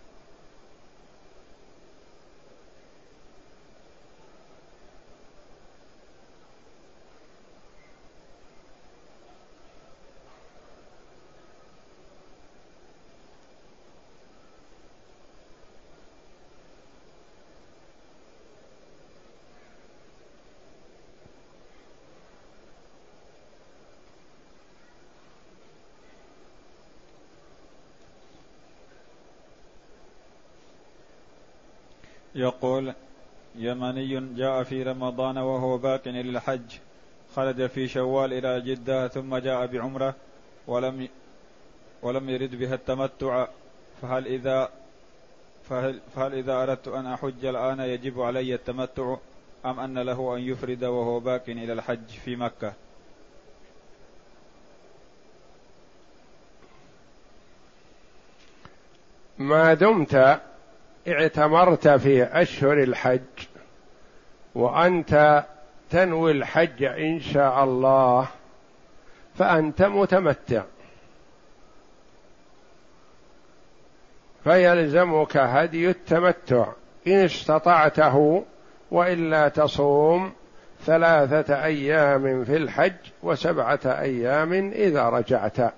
يقول: يمني جاء في رمضان وهو باق إلى الحج، خرج في شوال إلى جدة ثم جاء بعمرة ولم يرد بها التمتع، فهل إذا أردت أن أحج الآن يجب علي التمتع، أم أن له أن يفرد وهو باق إلى الحج في مكة؟ ما دمت اعتمرت في أشهر الحج وأنت تنوي الحج إن شاء الله فأنت متمتع، فيلزمك هدي التمتع إن استطعته، وإلا تصوم 3 أيام في الحج و7 أيام إذا رجعت.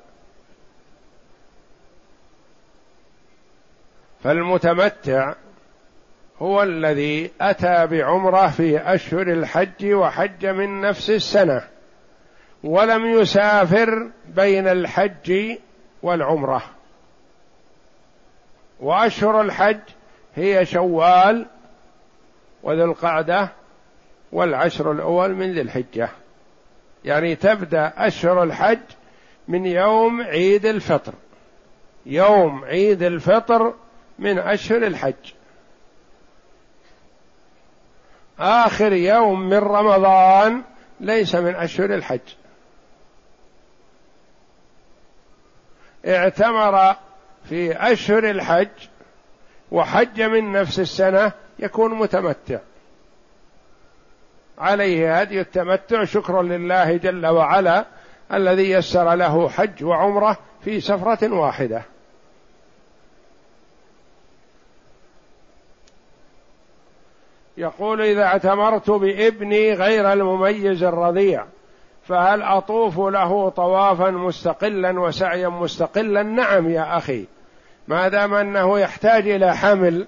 فالمتمتع هو الذي أتى بعمرة في أشهر الحج وحج من نفس السنة، ولم يسافر بين الحج والعمرة. وأشهر الحج هي شوال وذو القعدة والعشر الأول من ذي الحجة، يعني تبدأ أشهر الحج من يوم عيد الفطر، يوم عيد الفطر من أشهر الحج. آخر يوم من رمضان ليس من أشهر الحج. اعتمر في أشهر الحج وحج من نفس السنة يكون متمتع، عليه هدي التمتع شكرا لله جل وعلا الذي يسر له حج وعمرة في سفرة واحدة. يقول: إذا اعتمرت بابني غير المميز الرضيع فهل أطوف له طوافا مستقلا وسعيا مستقلا؟ نعم يا أخي، ما دام أنه يحتاج إلى حمل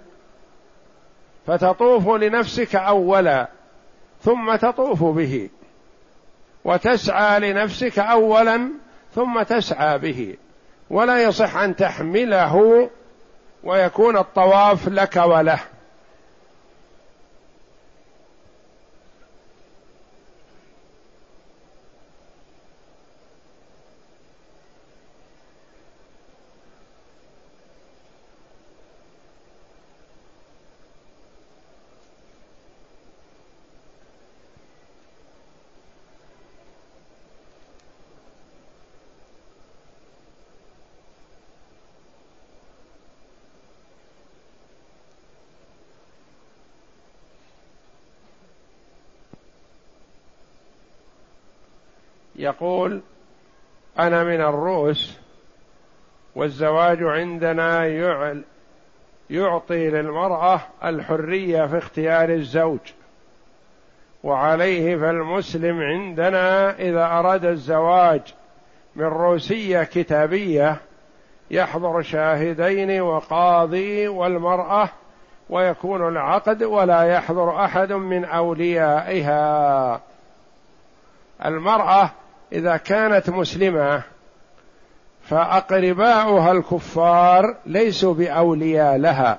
فتطوف لنفسك أولا ثم تطوف به، وتسعى لنفسك أولا ثم تسعى به، ولا يصح أن تحمله ويكون الطواف لك وله. يقول: أنا من الروس، والزواج عندنا يعطي للمرأة الحرية في اختيار الزوج، وعليه فالمسلم عندنا إذا أراد الزواج من روسية كتابية يحضر شاهدين وقاضي والمرأة، ويكون العقد ولا يحضر أحد من أوليائها. المرأة إذا كانت مسلمة فأقرباؤها الكفار ليسوا بأولياء لها،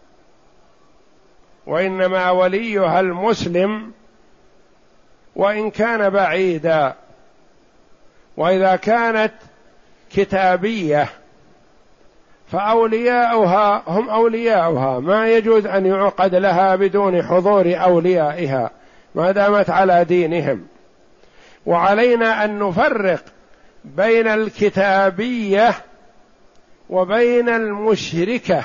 وإنما وليها المسلم وإن كان بعيدا. وإذا كانت كتابية فأولياؤها هم أولياؤها، ما يجوز أن يعقد لها بدون حضور أوليائها ما دامت على دينهم. وعلينا أن نفرق بين الكتابية وبين المشركة.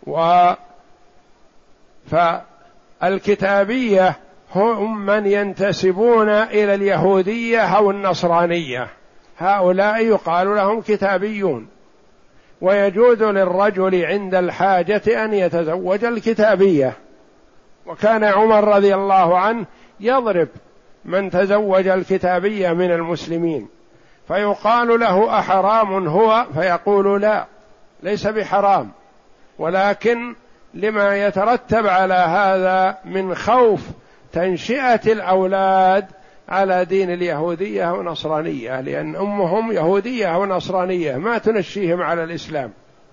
فالكتابية هم من ينتسبون إلى اليهودية أو النصرانية، هؤلاء يقال لهم كتابيون، ويجوز للرجل عند الحاجة أن يتزوج الكتابية. وكان عمر رضي الله عنه يضرب من تزوج الكتابية من المسلمين، فيقال له: أحرام هو؟ فيقول: لا، ليس بحرام، ولكن لما يترتب على هذا من خوف تنشئة الأولاد على دين اليهودية أو النصرانية، لأن أمهم يهودية أو نصرانية ما تنشيهم على الإسلام.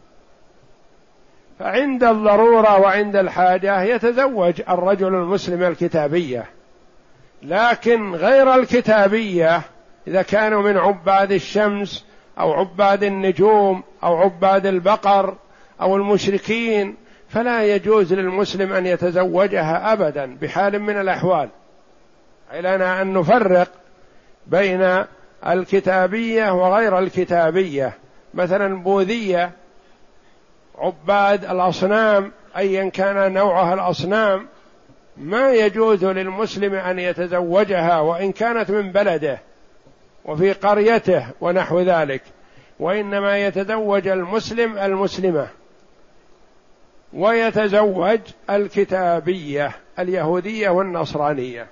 فعند الضرورة وعند الحاجة يتزوج الرجل المسلم الكتابية، لكن غير الكتابية إذا كانوا من عباد الشمس أو عباد النجوم أو عباد البقر أو المشركين فلا يجوز للمسلم أن يتزوجها أبدا بحال من الأحوال. علينا أن نفرق بين الكتابية وغير الكتابية. مثلا بوذية، عباد الأصنام أيا كان نوعها الأصنام، ما يجوز للمسلم أن يتزوجها وإن كانت من بلده وفي قريته ونحو ذلك، وإنما يتزوج المسلم المسلمة، ويتزوج الكتابية اليهودية والنصرانية.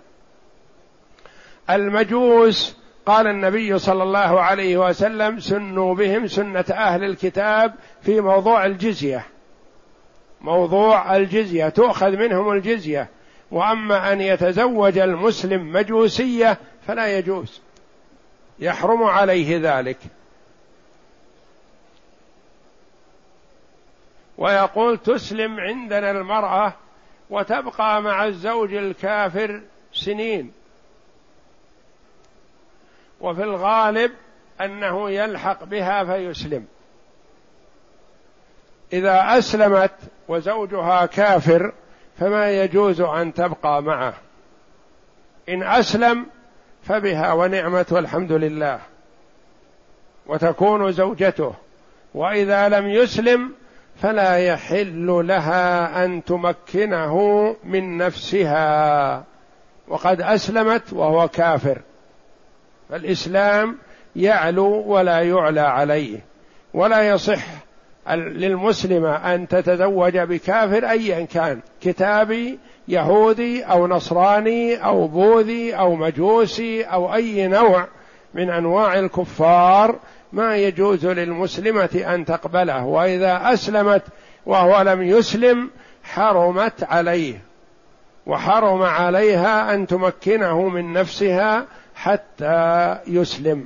المجوس قال النبي صلى الله عليه وسلم: سنوا بهم سنة أهل الكتاب في موضوع الجزية، موضوع الجزية تؤخذ منهم الجزية، وأما أن يتزوج المسلم مجوسية فلا يجوز، يحرم عليه ذلك. ويقول: تسلم عندنا المرأة وتبقى مع الزوج الكافر سنين، وفي الغالب أنه يلحق بها فيسلم. إذا أسلمت وزوجها كافر فما يجوز أن تبقى معه، إن أسلم فبها ونعمت والحمد لله وتكون زوجته، وإذا لم يسلم فلا يحل لها أن تمكنه من نفسها وقد أسلمت وهو كافر. فالإسلام يعلو ولا يعلى عليه، ولا يصح للمسلمة أن تتزوج بكافر أيا كان، كتابي يهودي أو نصراني أو بوذي أو مجوسي أو أي نوع من أنواع الكفار، ما يجوز للمسلمة أن تقبله. وإذا أسلمت وهو لم يسلم حرمت عليه، وحرم عليها أن تمكنه من نفسها حتى يسلم.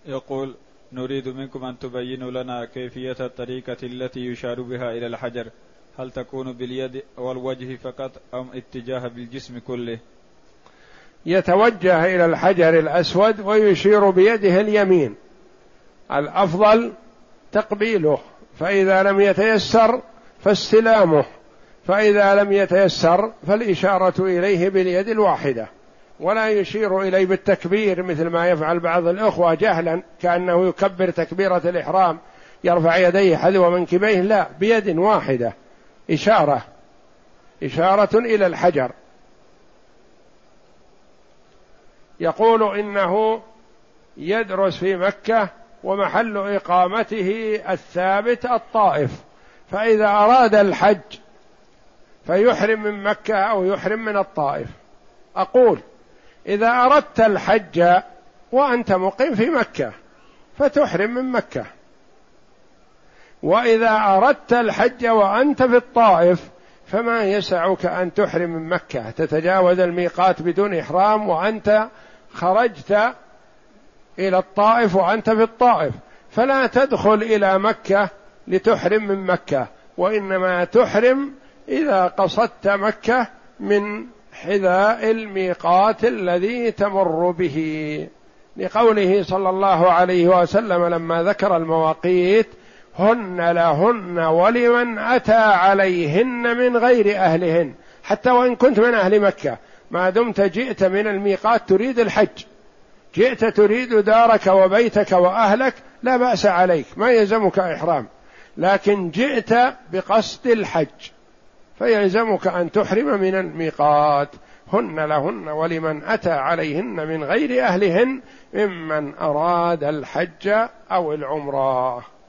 يقول: نريد منكم أن تبينوا لنا كيفية الطريقة التي يشار بها إلى الحجر، هل تكون باليد والوجه فقط أم اتجاه بالجسم كله؟ يتوجه إلى الحجر الأسود ويشير بيده اليمين، الأفضل تقبيله، فإذا لم يتيسر فاستلامه، فإذا لم يتيسر فالإشارة إليه باليد الواحدة، ولا يشير إليه بالتكبير مثل ما يفعل بعض الأخوة جهلا، كأنه يكبر تكبيرة الإحرام يرفع يديه حذو منكبيه، لا، بيد واحدة، إشارة إلى الحجر. يقول إنه يدرس في مكة ومحل إقامته الثابت الطائف، فإذا أراد الحج فيحرم من مكة أو يحرم من الطائف. أقول: إذا أردت الحج وأنت مقيم في مكة فتحرم من مكة، وإذا أردت الحج وأنت في الطائف فما يسعك أن تحرم من مكة، تتجاوز الميقات بدون إحرام وأنت خرجت إلى الطائف وأنت في الطائف، فلا تدخل إلى مكة لتحرم من مكة، وإنما تحرم إذا قصدت مكة من حذاء الميقات الذي تمر به، لقوله صلى الله عليه وسلم لما ذكر المواقيت: هن لهن ولمن أتى عليهن من غير أهلهن، حتى وإن كنت من أهل مكة ما دمت جئت من الميقات تريد الحج، جئت تريد دارك وبيتك وأهلك، لا بأس عليك، ما يلزمك إحرام، لكن جئت بقصد الحج فيلزمك أن تحرم من الميقات. هن لهن ولمن أتى عليهن من غير أهلهن ممن أراد الحج أو العمرة.